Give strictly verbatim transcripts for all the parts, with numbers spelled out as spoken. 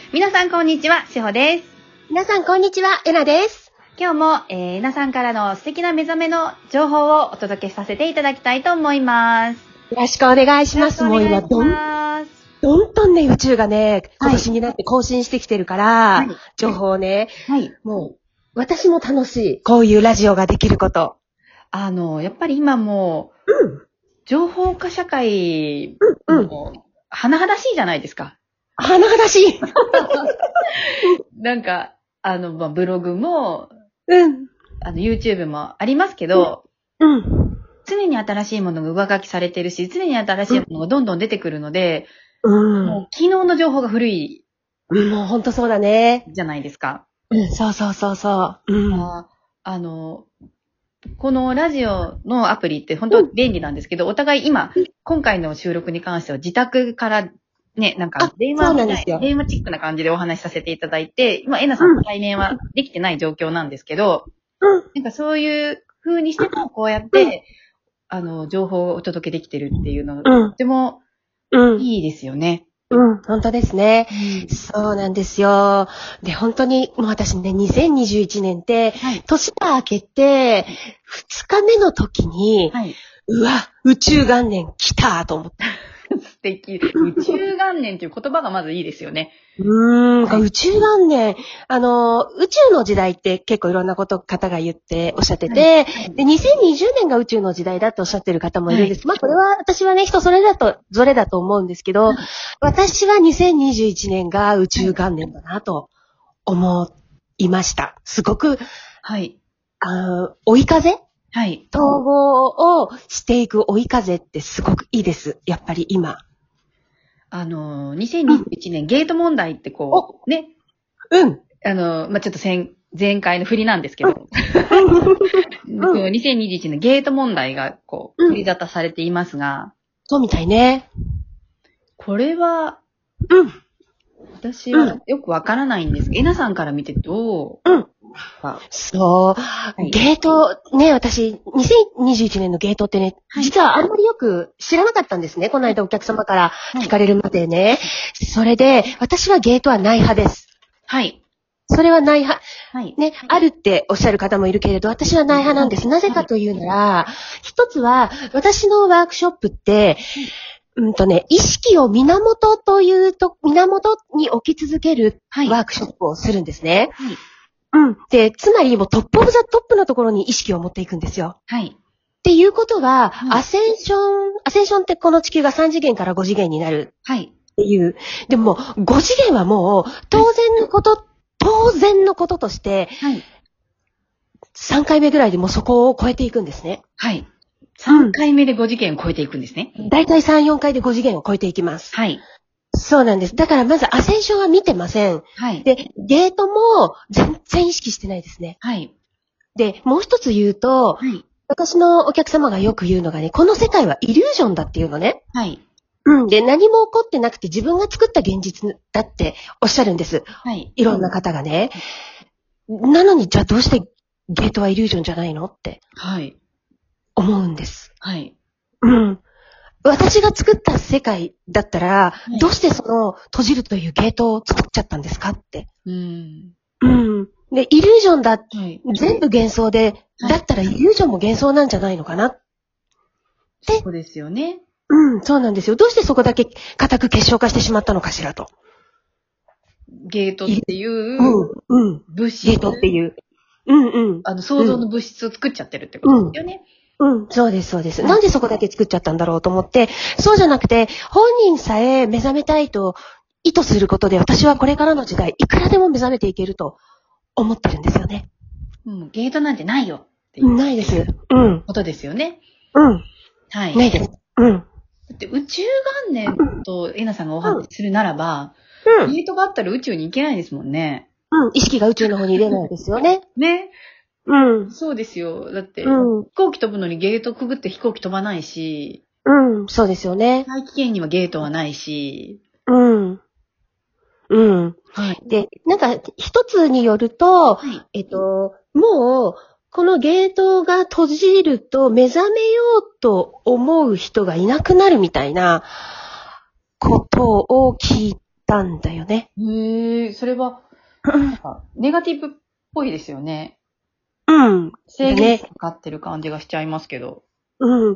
皆さんこんにちは、しほです。 皆さんこんにちは、えなです。 今日も、えー、えなさんからの素敵な目覚めの情報をお届けさせていただきたいと思います。 よろしくお願いします。 よろしくお願いします。 もう今どん、どんどんね、宇宙がね、今年になって更新してきてるから、はい、情報をね、はい、もう、私も楽しい。こういうラジオができること。 あの、やっぱり今もう、うん、情報化社会も、甚だしいじゃないですか。 甚だしい。 なんか、あの、まあ、ブログも、 うん。 あの、YouTube もありますけど、 うん。うん、 常に新しいものが上書きされてるし、常に新しいものがどんどん出てくるので、 うん。 もう昨日の情報が古い。 うん、もうほんとそうだね。 じゃないですか。 うん、そうそうそうそう。うん。 あ, あの、このラジオのアプリって本当便利なんですけど、うん、お互い今、今回の収録に関しては自宅からね、なんか電話みたいな、電話チックな感じでお話しさせていただいて、今、えなさんと対面はできてない状況なんですけど、うん、なんかそういう風にしてもこうやって、うん、あの、情報をお届けできてるっていうのが、とってもいいですよね。 うん、本当ですね、うん。そうなんですよ。で、本当に、もう私ね、にせんにじゅういちねんって、はい、年が明けて、ふつかめの時に、はい、うわ、宇宙元年来たと思った。 素敵。宇宙元年という言葉がまずいいですよね。 うーん、はい、宇宙元年。あの、宇宙の時代って結構いろんなこと方が言っておっしゃってて、はい、で、にせんにじゅうねんが宇宙の時代だっておっしゃってる方もいるんです。はい、まあこれは私はね、人それだと、それだと思うんですけど、はい、私はにせんにじゅういちねんが宇宙元年だなと思いました。すごく、はい。あ追い風はい。統合をしていく追い風ってすごくいいです。やっぱり今。 あの、にせんにじゅういちねん、うん、ゲート問題ってこう、ね。 うん。 あの、まあ、ちょっと前、前回の振りなんですけど。うん、にせんにじゅういちねんゲート問題がこう、振り沙汰されていますが。 うん、そうみたいね。 これは、 うん。 私はよくわからないんですけど、えなさんから見てどう、 うん。そう。はい、ゲート、ね、私、にせんにじゅういちねんのゲートってね、はい、実はあんまりよく知らなかったんですね。この間お客様から聞かれるまでね。はい、それで、私はゲートはない派です。 はい。 それはない派。はい。ね、あるっておっしゃる方もいるけれど、私はない派なんです。なぜかというなら、一つは、私のワークショップって、うんとね、意識を源というと、源に置き続けるワークショップをするんですね。はい。うん。で、つまりもうトップオブザトップのところに意識を持っていくんですよ。はい。っていうことは、はい、アセンション、アセンションってこの地球がさん次元からご次元になる。はい。っていう。でも、ご次元はもう、当然のこと、はい、当然のこととして、はい。さんかいめぐらいでもうそこを超えていくんですね。 はい。さんかいめでご次元を超えていくんですね。 だいたいさん、よんかいでご次元を超えていきます。はい。そうなんです。だからまずアセンションは見てません。はい。で、ゲートも全然意識してないですね。はい。で、もう一つ言うと、はい。私のお客様がよく言うのがね、この世界はイリュージョンだっていうのね。はい。うん。で、何も起こってなくて自分が作った現実だっておっしゃるんです。はい。いろんな方がね。なのに、じゃあどうしてゲートはイリュージョンじゃないのって。はい。思うんです。はい。うん。私が作った世界だったら、はい、どうしてその閉じるというゲートを作っちゃったんですかって。うん。うん。で、イリュージョンだ、はい、全部幻想で、はい、だったらイリュージョンも幻想なんじゃないのかなって。 そうですよね。 うん、そうなんですよ。どうしてそこだけ固く結晶化してしまったのかしらと。 ゲートっていう、 うん、うん。 物質。 ゲートっていう。うんうん。 あの、想像の物質を作っちゃってるってことですよね。 うんうん、そうです、そうです。なんでそこだけ作っちゃったんだろうと思って、そうじゃなくて、本人さえ目覚めたいと意図することで、私はこれからの時代、いくらでも目覚めていけると思ってるんですよね。 うん、ゲートなんてないよっていう。 ないです。うん。 ことですよね。 うん。はい。ないです。うん。 だって宇宙元年とえなさんがお話しするならば、うん、ゲートがあったら宇宙に行けないですもんね。 うん。意識が宇宙の方に出ないですよね。 ね。うん。そうですよ。だって、うん、飛行機飛ぶのにゲートくぐって飛行機飛ばないし。 うん、そうですよね。 大気圏にはゲートはないし。 うん。うん。はい。で、なんか、一つによると、はい、えっと、もう、このゲートが閉じると目覚めようと思う人がいなくなるみたいなことを聞いたんだよね。 へえ、それは、なんかネガティブっぽいですよね。 うん。 制限かかってる感じがしちゃいますけど。 うん。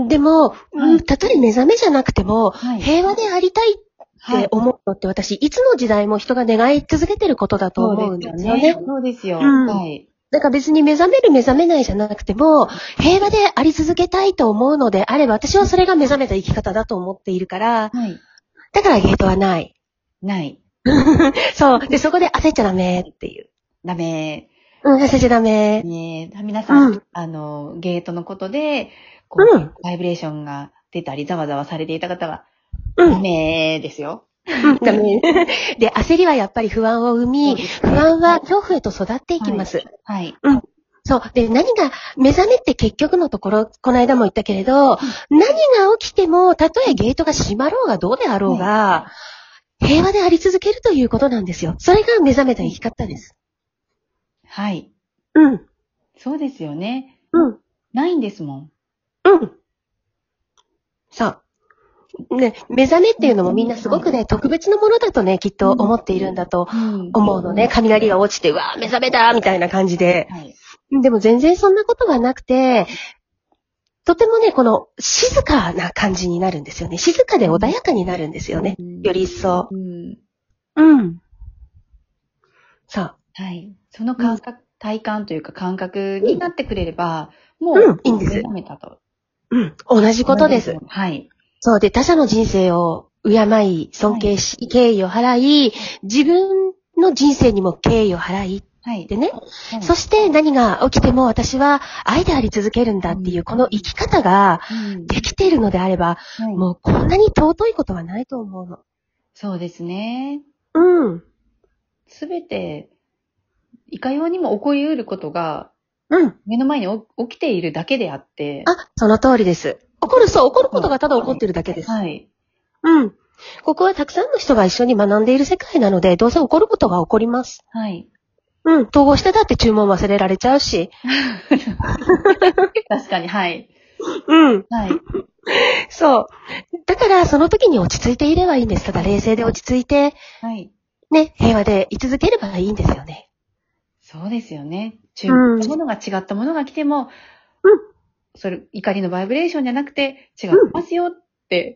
でも、はい、たとえ目覚めじゃなくても、はい、平和でありたいって思うのって私、いつの時代も人が願い続けてることだと思うんですよね。 そうですよね。うん、はい。 だから別に目覚める目覚めないじゃなくても、平和であり続けたいと思うのであれば、私はそれが目覚めた生き方だと思っているから、はい、だからゲートはない。 ない。 そう。で、そこで焦っちゃダメっていう。 ダメ。 うん、焦っちゃダメ。 ねえ、皆さん、うん、あの、ゲートのことで、こう、うん、バイブレーションが出たり、ざわざわされていた方は、うん、ダメですよ。 ダメ。で、焦りはやっぱり不安を生み、不安は恐怖へと育っていきます。 はい。はい、 うん。そう。で、何が、目覚めって結局のところ、この間も言ったけれど、うん、何が起きても、たとえゲートが閉まろうがどうであろうが、はい、平和であり続けるということなんですよ。それが目覚めた生き方です。 はい。 うん。 そうですよね。 うん。 ないんですもん。 うん。そう。ね、目覚めっていうのもみんなすごくね、特別なものだとね、きっと思っているんだと思うのね。雷が落ちて、うわー、目覚めだみたいな感じで。はい、でも全然そんなことはなくて、とてもね、この静かな感じになるんですよね。静かで穏やかになるんですよね。より一層。うん。うん。そう。 はい。その感覚、うん、体感というか感覚になってくれれば、もう、 うん、いいんです。 目覚めたと。 うん、同じことです。 はい。 そうで、他者の人生を敬い、尊敬し、はい、敬意を払い、自分の人生にも敬意を払い、はい。でね、はい、そして何が起きても私は愛であり続けるんだっていう、この生き方ができているのであれば、うん、もうこんなに尊いことはないと思うの。 そうですね。 うん。 すべて、いかようにも起こり得ることが、 うん。 目の前に起きているだけであって。 あ、その通りです。起こる、そう、起こることがただ起こってるだけです。 はい。 うん。ここはたくさんの人が一緒に学んでいる世界なので、どうせ起こることが起こります。 はい。 うん。統合してだって注文忘れられちゃうし。 確かに、はい。 うん。 はい。 そう。だから、その時に落ち着いていればいいんです。ただ、冷静で落ち着いて、 はい。 ね、平和で居続ければいいんですよね。 そうですよね。注文したものが違ったものが来ても、うん。それ、怒りのバイブレーションじゃなくて、違いますよって、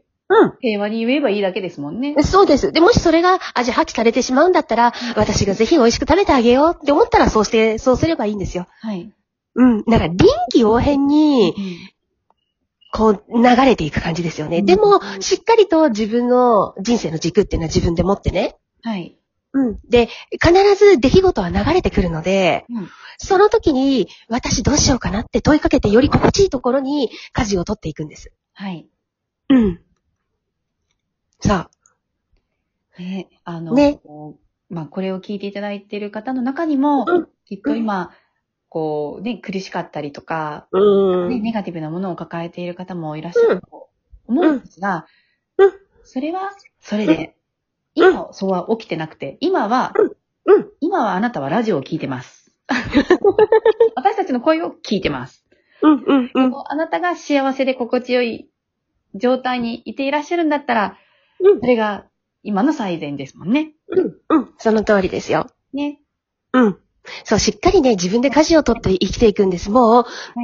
うん。平和に言えばいいだけですもんね。 そうです。で、もしそれが味破棄されてしまうんだったら、私がぜひ美味しく食べてあげようって思ったら、そうして、そうすればいいんですよ。 はい。 うん。だから、臨機応変に、うん、こう、流れていく感じですよね。うん、でも、しっかりと自分の人生の軸っていうのは自分で持ってね。 はい。 うん。で、必ず出来事は流れてくるので、うん、その時に、私どうしようかなって問いかけて、より心地いいところに舵を取っていくんです。 はい。 うん。さあ。ね、あの、ね、まあ、これを聞いていただいている方の中にも、うん、きっと今、うん、こう、ね、苦しかったりとか、うんね、ネガティブなものを抱えている方もいらっしゃると思うんですが、うんうん、それは、それで、今、そうは起きてなくて、今は、うん、今はあなたはラジオを聞いてます。私たちの声を聞いてます。 うんうんうん、 あなたが幸せで心地よい状態にいていらっしゃるんだったら、うん、それが今の最善ですもんね。 うん、うん、その通りですよ。 ね。 うん。そう、しっかりね、自分で舵を取って生きていくんです。もう、はい、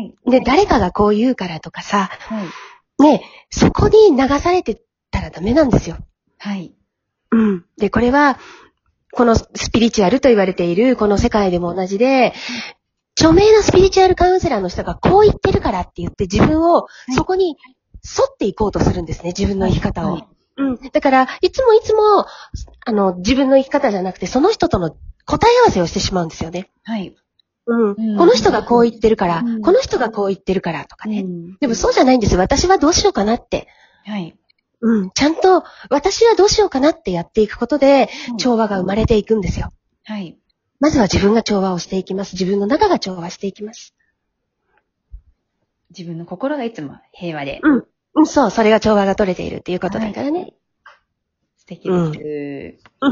ね、誰かがこう言うからとかさ、はい、ね、そこに流されてたらダメなんですよ。 はい。 うん。で、これは、このスピリチュアルと言われているこの世界でも同じで、著名なスピリチュアルカウンセラーの人がこう言ってるからって言って自分をそこに沿っていこうとするんですね、自分の生き方を。はいはい、うん。だから、いつもいつも、あの、自分の生き方じゃなくて、その人との答え合わせをしてしまうんですよね。 はい。 うん。うん、この人がこう言ってるから、うん、この人がこう言ってるからとかね。うん、でもそうじゃないんですよ。私はどうしようかなって。 はい。 うん。ちゃんと、私はどうしようかなってやっていくことで、調和が生まれていくんですよ。 はい。 まずは自分が調和をしていきます。自分の中が調和していきます。 自分の心がいつも平和で。 うん。うん、そう。それが調和が取れているっていうことだからね。はい、 素敵です。 うん、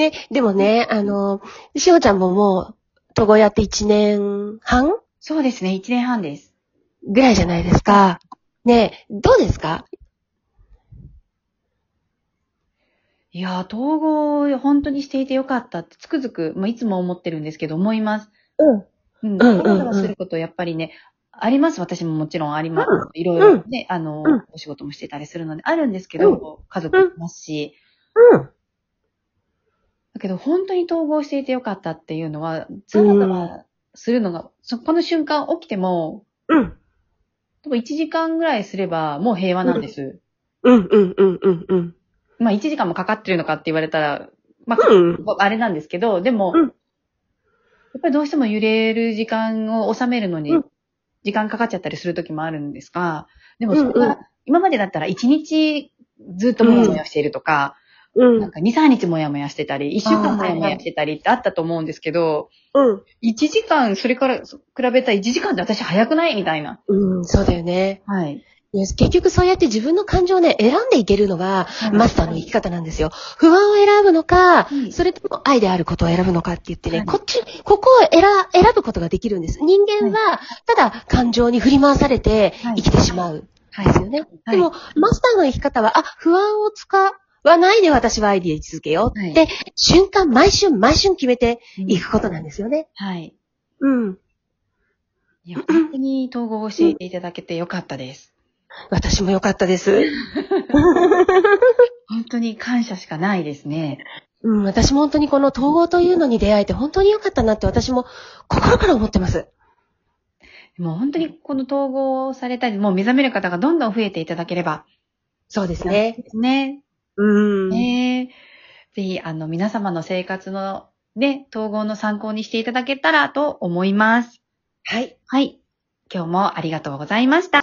ね、でもね、あの、しおちゃんももう、統合やっていちねんはん？ そうですね、いちねんはんです。 ぐらいじゃないですか。ね、どうですか？ いやー、統合本当にしていてよかったってつくづく、まあ、いつも思ってるんですけど、思います。うん。うん。ダラダラすることやっぱりね、あります。私ももちろんあります。うん、いろいろね、あの、うん、お仕事もしてたりするので、あるんですけど、うん、家族もいますし。うん。だけど、本当に統合していてよかったっていうのは、ザラザラするのが、そこの瞬間起きても、うん。でもいちじかんぐらいすれば、もう平和なんです。うん、うん、うん、うん、うん。まあ、いちじかんもかかってるのかって言われたら、まあ、うん、あれなんですけど、でも、うん、やっぱりどうしても揺れる時間を収めるのに、時間かかっちゃったりする時もあるんですが、でもそれが、うんうん、今までだったらいちにちずっともやもやしているとか、うん、なんかに、さんにちもやもやしてたり、いっしゅうかんもやもやしてたりってあったと思うんですけど、うん、いちじかん、それから比べたらいちじかんって私早くないみたいな。 うん、そうだよね。はい。結局そうやって自分の感情をね、選んでいけるのがマスターの生き方なんですよ。不安を選ぶのか、はい、それとも愛であることを選ぶのかって言ってね、はい、こっち、ここを選、選ぶことができるんです。人間は、ただ感情に振り回されて生きてしまう。ですよね。はいはい、でも、マスターの生き方は、あ、不安を使わないで私は愛で生き続けようって、はい、瞬間、毎瞬、毎瞬決めていくことなんですよね。 はい。うん。いや、本当に統合を教えていただけてよかったです。 私も良かったです。 本当に感謝しかないですね。 うん、私も本当にこの統合というのに出会えて本当に良かったなって私も心から思ってます。 もう本当にこの統合されたり、もう目覚める方がどんどん増えていただければ。 そうですね。 ですね。うん。ねえ。ぜひ、あの、皆様の生活のね、統合の参考にしていただけたらと思います。はい。はい。今日もありがとうございました。